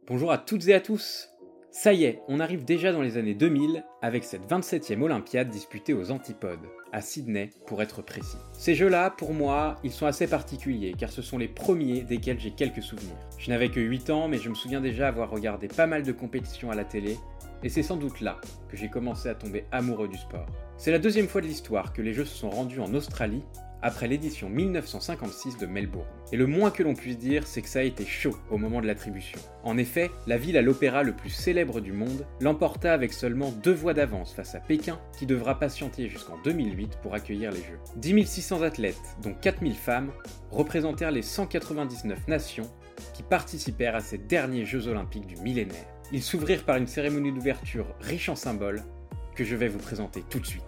Bonjour à toutes et à tous. Ça y est, on arrive déjà dans les années 2000 avec cette 27e Olympiade disputée aux Antipodes, à Sydney pour être précis. Ces jeux-là, pour moi, ils sont assez particuliers car ce sont les premiers desquels j'ai quelques souvenirs. Je n'avais que 8 ans mais je me souviens déjà avoir regardé pas mal de compétitions à la télé et c'est sans doute là que j'ai commencé à tomber amoureux du sport. C'est la deuxième fois de l'histoire que les Jeux se sont rendus en Australie après l'édition 1956 de Melbourne. Et le moins que l'on puisse dire, c'est que ça a été chaud au moment de l'attribution. En effet, la ville à l'opéra le plus célèbre du monde l'emporta avec seulement 2 voix d'avance face à Pékin, qui devra patienter jusqu'en 2008 pour accueillir les Jeux. 10 600 athlètes, dont 4 000 femmes, représentèrent les 199 nations qui participèrent à ces derniers Jeux olympiques du millénaire. Ils s'ouvrirent par une cérémonie d'ouverture riche en symboles que je vais vous présenter tout de suite.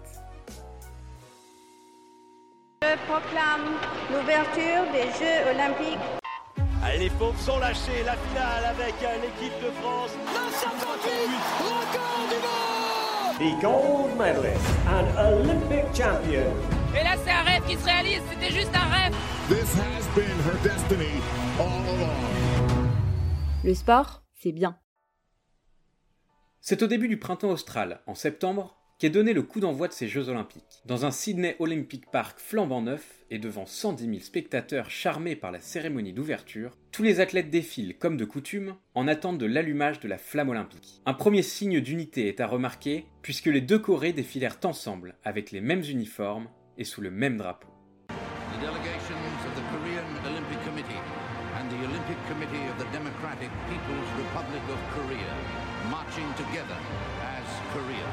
Je proclame l'ouverture des Jeux Olympiques. Allez, les pauvres sont lâchés, la finale avec l'équipe de France. 958, record du monde! The gold medalist and Olympic champion. Et là, c'est un rêve qui se réalise, c'était juste un rêve. This has been her destiny all along. Le sport, c'est bien. C'est au début du printemps austral, en septembre, qu'est donné le coup d'envoi de ces Jeux Olympiques. Dans un Sydney Olympic Park flambant neuf et devant 110 000 spectateurs charmés par la cérémonie d'ouverture, tous les athlètes défilent comme de coutume en attente de l'allumage de la flamme olympique. Un premier signe d'unité est à remarquer puisque les deux Corées défilèrent ensemble avec les mêmes uniformes et sous le même drapeau. The delegations of the Korean Olympic Committee and the Olympic Committee of the Democratic People's Republic of Korea marching together as Korea.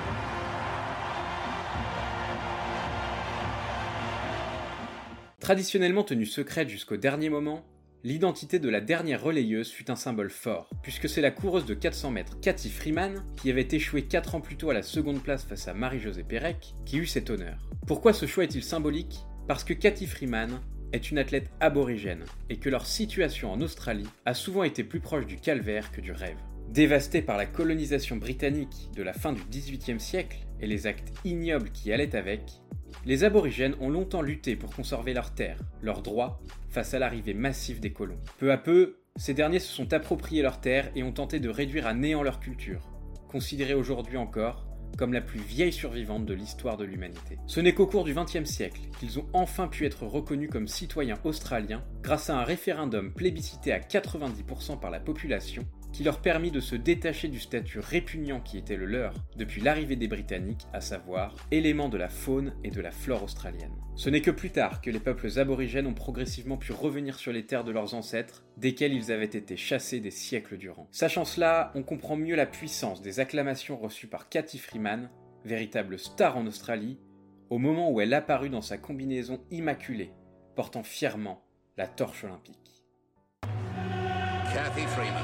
Traditionnellement tenue secrète jusqu'au dernier moment, l'identité de la dernière relayeuse fut un symbole fort, puisque c'est la coureuse de 400 mètres Cathy Freeman, qui avait échoué 4 ans plus tôt à la seconde place face à Marie-Josée Pérec, qui eut cet honneur. Pourquoi ce choix est-il symbolique ? Parce que Cathy Freeman est une athlète aborigène, et que leur situation en Australie a souvent été plus proche du calvaire que du rêve. Dévastée par la colonisation britannique de la fin du XVIIIe siècle et les actes ignobles qui allaient avec, les aborigènes ont longtemps lutté pour conserver leurs terres, leurs droits, face à l'arrivée massive des colons. Peu à peu, ces derniers se sont appropriés leurs terres et ont tenté de réduire à néant leur culture, considérée aujourd'hui encore comme la plus vieille survivante de l'histoire de l'humanité. Ce n'est qu'au cours du XXe siècle qu'ils ont enfin pu être reconnus comme citoyens australiens grâce à un référendum plébiscité à 90% par la population qui leur permit de se détacher du statut répugnant qui était le leur depuis l'arrivée des Britanniques, à savoir élément de la faune et de la flore australienne. Ce n'est que plus tard que les peuples aborigènes ont progressivement pu revenir sur les terres de leurs ancêtres, desquels ils avaient été chassés des siècles durant. Sachant cela, on comprend mieux la puissance des acclamations reçues par Cathy Freeman, véritable star en Australie, au moment où elle apparut dans sa combinaison immaculée, portant fièrement la torche olympique. Cathy Freeman.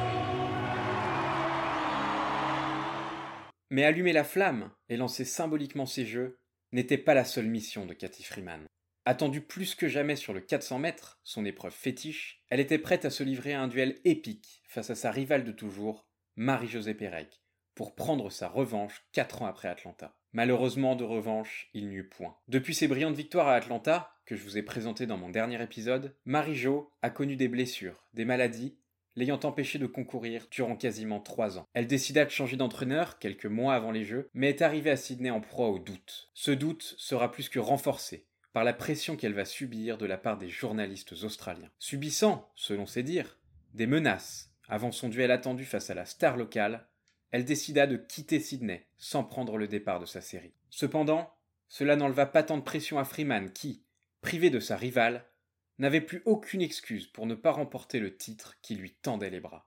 Mais allumer la flamme et lancer symboliquement ces Jeux n'était pas la seule mission de Cathy Freeman. Attendue plus que jamais sur le 400 mètres, son épreuve fétiche, elle était prête à se livrer à un duel épique face à sa rivale de toujours, Marie-Josée Pérec, pour prendre sa revanche 4 ans après Atlanta. Malheureusement, de revanche, il n'y eut point. Depuis ses brillantes victoires à Atlanta, que je vous ai présentées dans mon dernier épisode, Marie-Jo a connu des blessures, des maladies, l'ayant empêchée de concourir durant quasiment 3 ans. Elle décida de changer d'entraîneur quelques mois avant les Jeux, mais est arrivée à Sydney en proie au doute. Ce doute sera plus que renforcé par la pression qu'elle va subir de la part des journalistes australiens. Subissant, selon ses dires, des menaces avant son duel attendu face à la star locale, elle décida de quitter Sydney sans prendre le départ de sa série. Cependant, cela n'enleva pas tant de pression à Freeman qui, privée de sa rivale, n'avait plus aucune excuse pour ne pas remporter le titre qui lui tendait les bras.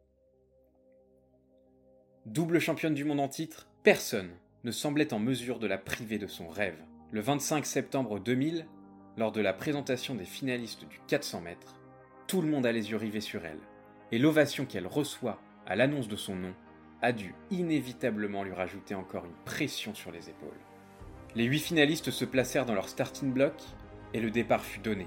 Double championne du monde en titre, personne ne semblait en mesure de la priver de son rêve. Le 25 septembre 2000, lors de la présentation des finalistes du 400 mètres, tout le monde a les yeux rivés sur elle, et l'ovation qu'elle reçoit à l'annonce de son nom a dû inévitablement lui rajouter encore une pression sur les épaules. Les 8 finalistes se placèrent dans leur starting block, et le départ fut donné.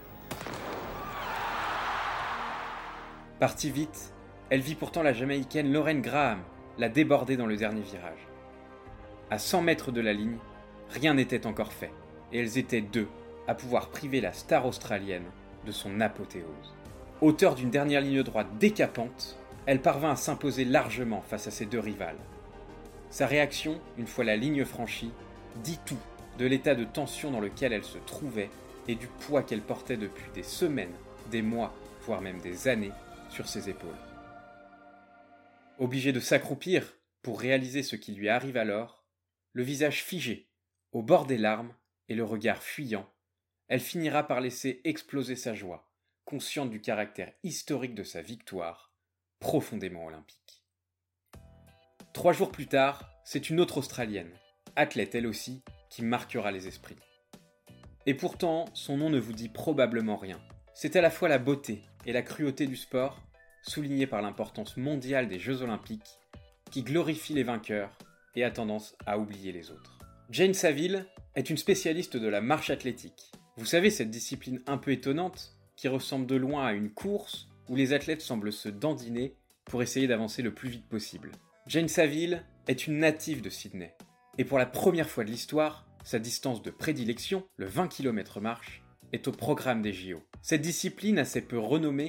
Partie vite, elle vit pourtant la Jamaïcaine Lauren Graham la déborder dans le dernier virage. À 100 mètres de la ligne, rien n'était encore fait, et elles étaient 2 à pouvoir priver la star australienne de son apothéose. Auteur d'une dernière ligne droite décapante, elle parvint à s'imposer largement face à ses deux rivales. Sa réaction, une fois la ligne franchie, dit tout de l'état de tension dans lequel elle se trouvait et du poids qu'elle portait depuis des semaines, des mois, voire même des années, sur ses épaules. Obligée de s'accroupir pour réaliser ce qui lui arrive alors, le visage figé, au bord des larmes et le regard fuyant, elle finira par laisser exploser sa joie, consciente du caractère historique de sa victoire, profondément olympique. 3 jours plus tard, c'est une autre Australienne, athlète elle aussi, qui marquera les esprits. Et pourtant, son nom ne vous dit probablement rien. C'est à la fois la beauté et la cruauté du sport, soulignée par l'importance mondiale des Jeux Olympiques, qui glorifie les vainqueurs et a tendance à oublier les autres. Jane Saville est une spécialiste de la marche athlétique. Vous savez, cette discipline un peu étonnante, qui ressemble de loin à une course où les athlètes semblent se dandiner pour essayer d'avancer le plus vite possible. Jane Saville est une native de Sydney. Et pour la première fois de l'histoire, sa distance de prédilection, le 20 km marche, est au programme des JO. Cette discipline assez peu renommée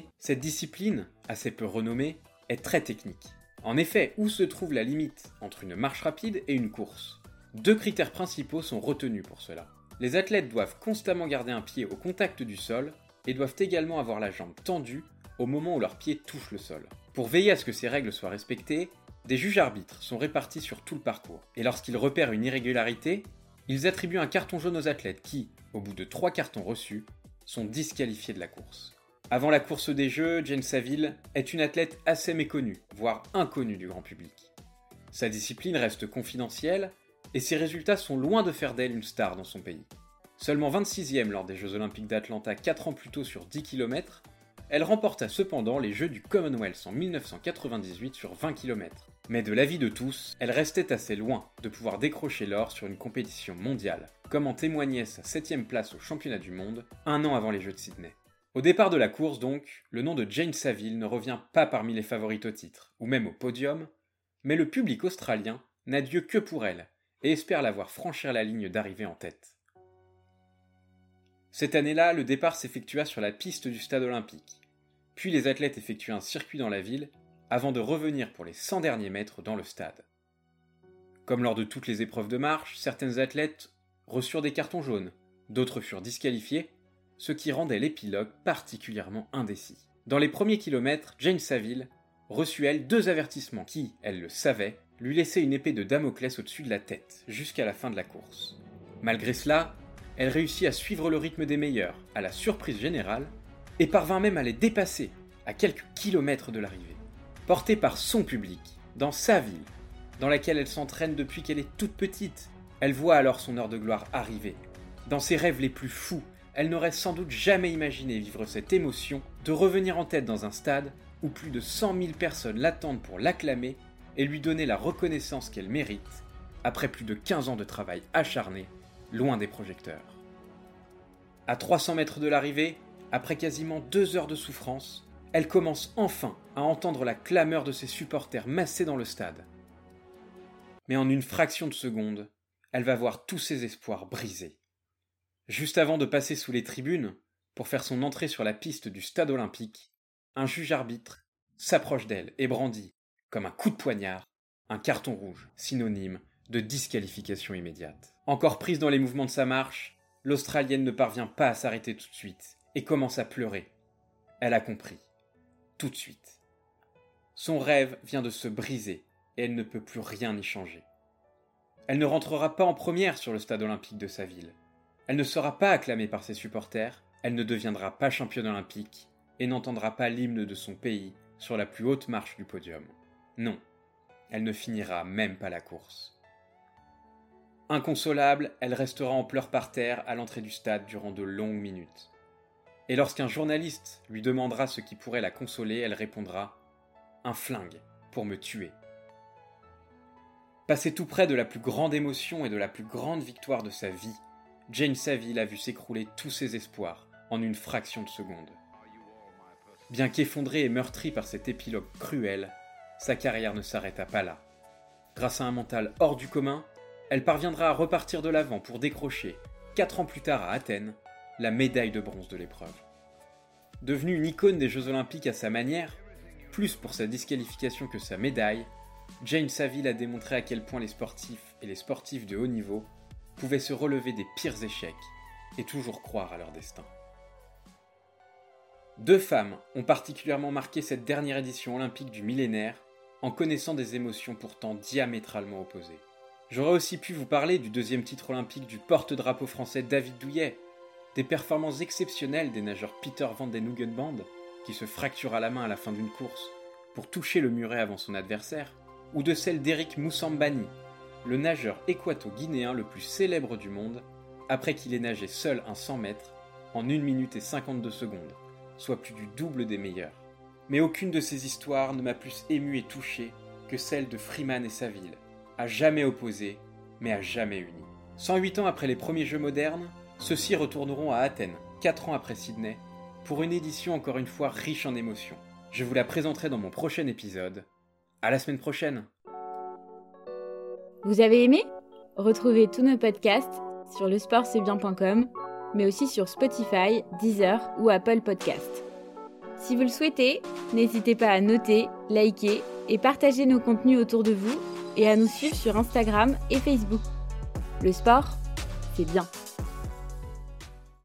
est très technique. En effet, où se trouve la limite entre une marche rapide et une course ? 2 critères principaux sont retenus pour cela. Les athlètes doivent constamment garder un pied au contact du sol et doivent également avoir la jambe tendue au moment où leur pied touche le sol. Pour veiller à ce que ces règles soient respectées, des juges arbitres sont répartis sur tout le parcours, et lorsqu'ils repèrent une irrégularité, ils attribuent un carton jaune aux athlètes qui, au bout de 3 cartons reçus, sont disqualifiés de la course. Avant la course des Jeux, Jane Saville est une athlète assez méconnue, voire inconnue du grand public. Sa discipline reste confidentielle, et ses résultats sont loin de faire d'elle une star dans son pays. Seulement 26e lors des Jeux Olympiques d'Atlanta 4 ans plus tôt sur 10 km, elle remporta cependant les Jeux du Commonwealth en 1998 sur 20 km. Mais de l'avis de tous, elle restait assez loin de pouvoir décrocher l'or sur une compétition mondiale, comme en témoignait sa 7e place au championnat du monde, 1 an avant les Jeux de Sydney. Au départ de la course donc, le nom de Jane Saville ne revient pas parmi les favorites au titre, ou même au podium, mais le public australien n'a Dieu que pour elle, et espère la voir franchir la ligne d'arrivée en tête. Cette année-là, le départ s'effectua sur la piste du stade olympique, puis les athlètes effectuent un circuit dans la ville, avant de revenir pour les 100 derniers mètres dans le stade. Comme lors de toutes les épreuves de marche, certains athlètes reçurent des cartons jaunes, d'autres furent disqualifiés, ce qui rendait l'épilogue particulièrement indécis. Dans les premiers kilomètres, Jane Saville reçut elle 2 avertissements qui, elle le savait, lui laissaient une épée de Damoclès au-dessus de la tête, jusqu'à la fin de la course. Malgré cela, elle réussit à suivre le rythme des meilleurs, à la surprise générale, et parvint même à les dépasser, à quelques kilomètres de l'arrivée. Portée par son public, dans sa ville, dans laquelle elle s'entraîne depuis qu'elle est toute petite, elle voit alors son heure de gloire arriver. Dans ses rêves les plus fous, elle n'aurait sans doute jamais imaginé vivre cette émotion de revenir en tête dans un stade où plus de 100 000 personnes l'attendent pour l'acclamer et lui donner la reconnaissance qu'elle mérite, après plus de 15 ans de travail acharné, loin des projecteurs. À 300 mètres de l'arrivée, après quasiment 2 heures de souffrance, elle commence enfin à entendre la clameur de ses supporters massés dans le stade. Mais en une fraction de seconde, elle va voir tous ses espoirs brisés. Juste avant de passer sous les tribunes, pour faire son entrée sur la piste du stade olympique, un juge arbitre s'approche d'elle et brandit, comme un coup de poignard, un carton rouge, synonyme de disqualification immédiate. Encore prise dans les mouvements de sa marche, l'Australienne ne parvient pas à s'arrêter tout de suite et commence à pleurer. Elle a compris. Tout de suite. Son rêve vient de se briser et elle ne peut plus rien y changer. Elle ne rentrera pas en première sur le stade olympique de sa ville. Elle ne sera pas acclamée par ses supporters, elle ne deviendra pas championne olympique et n'entendra pas l'hymne de son pays sur la plus haute marche du podium. Non, elle ne finira même pas la course. Inconsolable, elle restera en pleurs par terre à l'entrée du stade durant de longues minutes. Et lorsqu'un journaliste lui demandera ce qui pourrait la consoler, elle répondra « Un flingue pour me tuer ». Passée tout près de la plus grande émotion et de la plus grande victoire de sa vie, Jane Saville a vu s'écrouler tous ses espoirs en une fraction de seconde. Bien qu'effondrée et meurtrie par cet épilogue cruel, sa carrière ne s'arrêta pas là. Grâce à un mental hors du commun, elle parviendra à repartir de l'avant pour décrocher, 4 ans plus tard à Athènes, la médaille de bronze de l'épreuve. Devenue une icône des Jeux Olympiques à sa manière, plus pour sa disqualification que sa médaille, James Saville a démontré à quel point les sportifs et les sportifs de haut niveau pouvaient se relever des pires échecs et toujours croire à leur destin. 2 femmes ont particulièrement marqué cette dernière édition olympique du millénaire en connaissant des émotions pourtant diamétralement opposées. J'aurais aussi pu vous parler du 2e titre olympique du porte-drapeau français David Douillet, des performances exceptionnelles des nageurs Peter van den Hoogenband, qui se fractura la main à la fin d'une course pour toucher le muret avant son adversaire, ou de celle d'Eric Moussambani, le nageur équato-guinéen le plus célèbre du monde, après qu'il ait nagé seul un 100 mètres en 1 minute et 52 secondes, soit plus du double des meilleurs. Mais aucune de ces histoires ne m'a plus ému et touché que celle de Freeman et Saville, à jamais opposés, mais à jamais unis. 108 ans après les premiers Jeux modernes, ceux-ci retourneront à Athènes, 4 ans après Sydney, pour une édition encore une fois riche en émotions. Je vous la présenterai dans mon prochain épisode. À la semaine prochaine. Vous avez aimé ? Retrouvez tous nos podcasts sur lesportc'estbien.com, mais aussi sur Spotify, Deezer ou Apple Podcasts. Si vous le souhaitez, n'hésitez pas à noter, liker et partager nos contenus autour de vous et à nous suivre sur Instagram et Facebook. Le sport, c'est bien.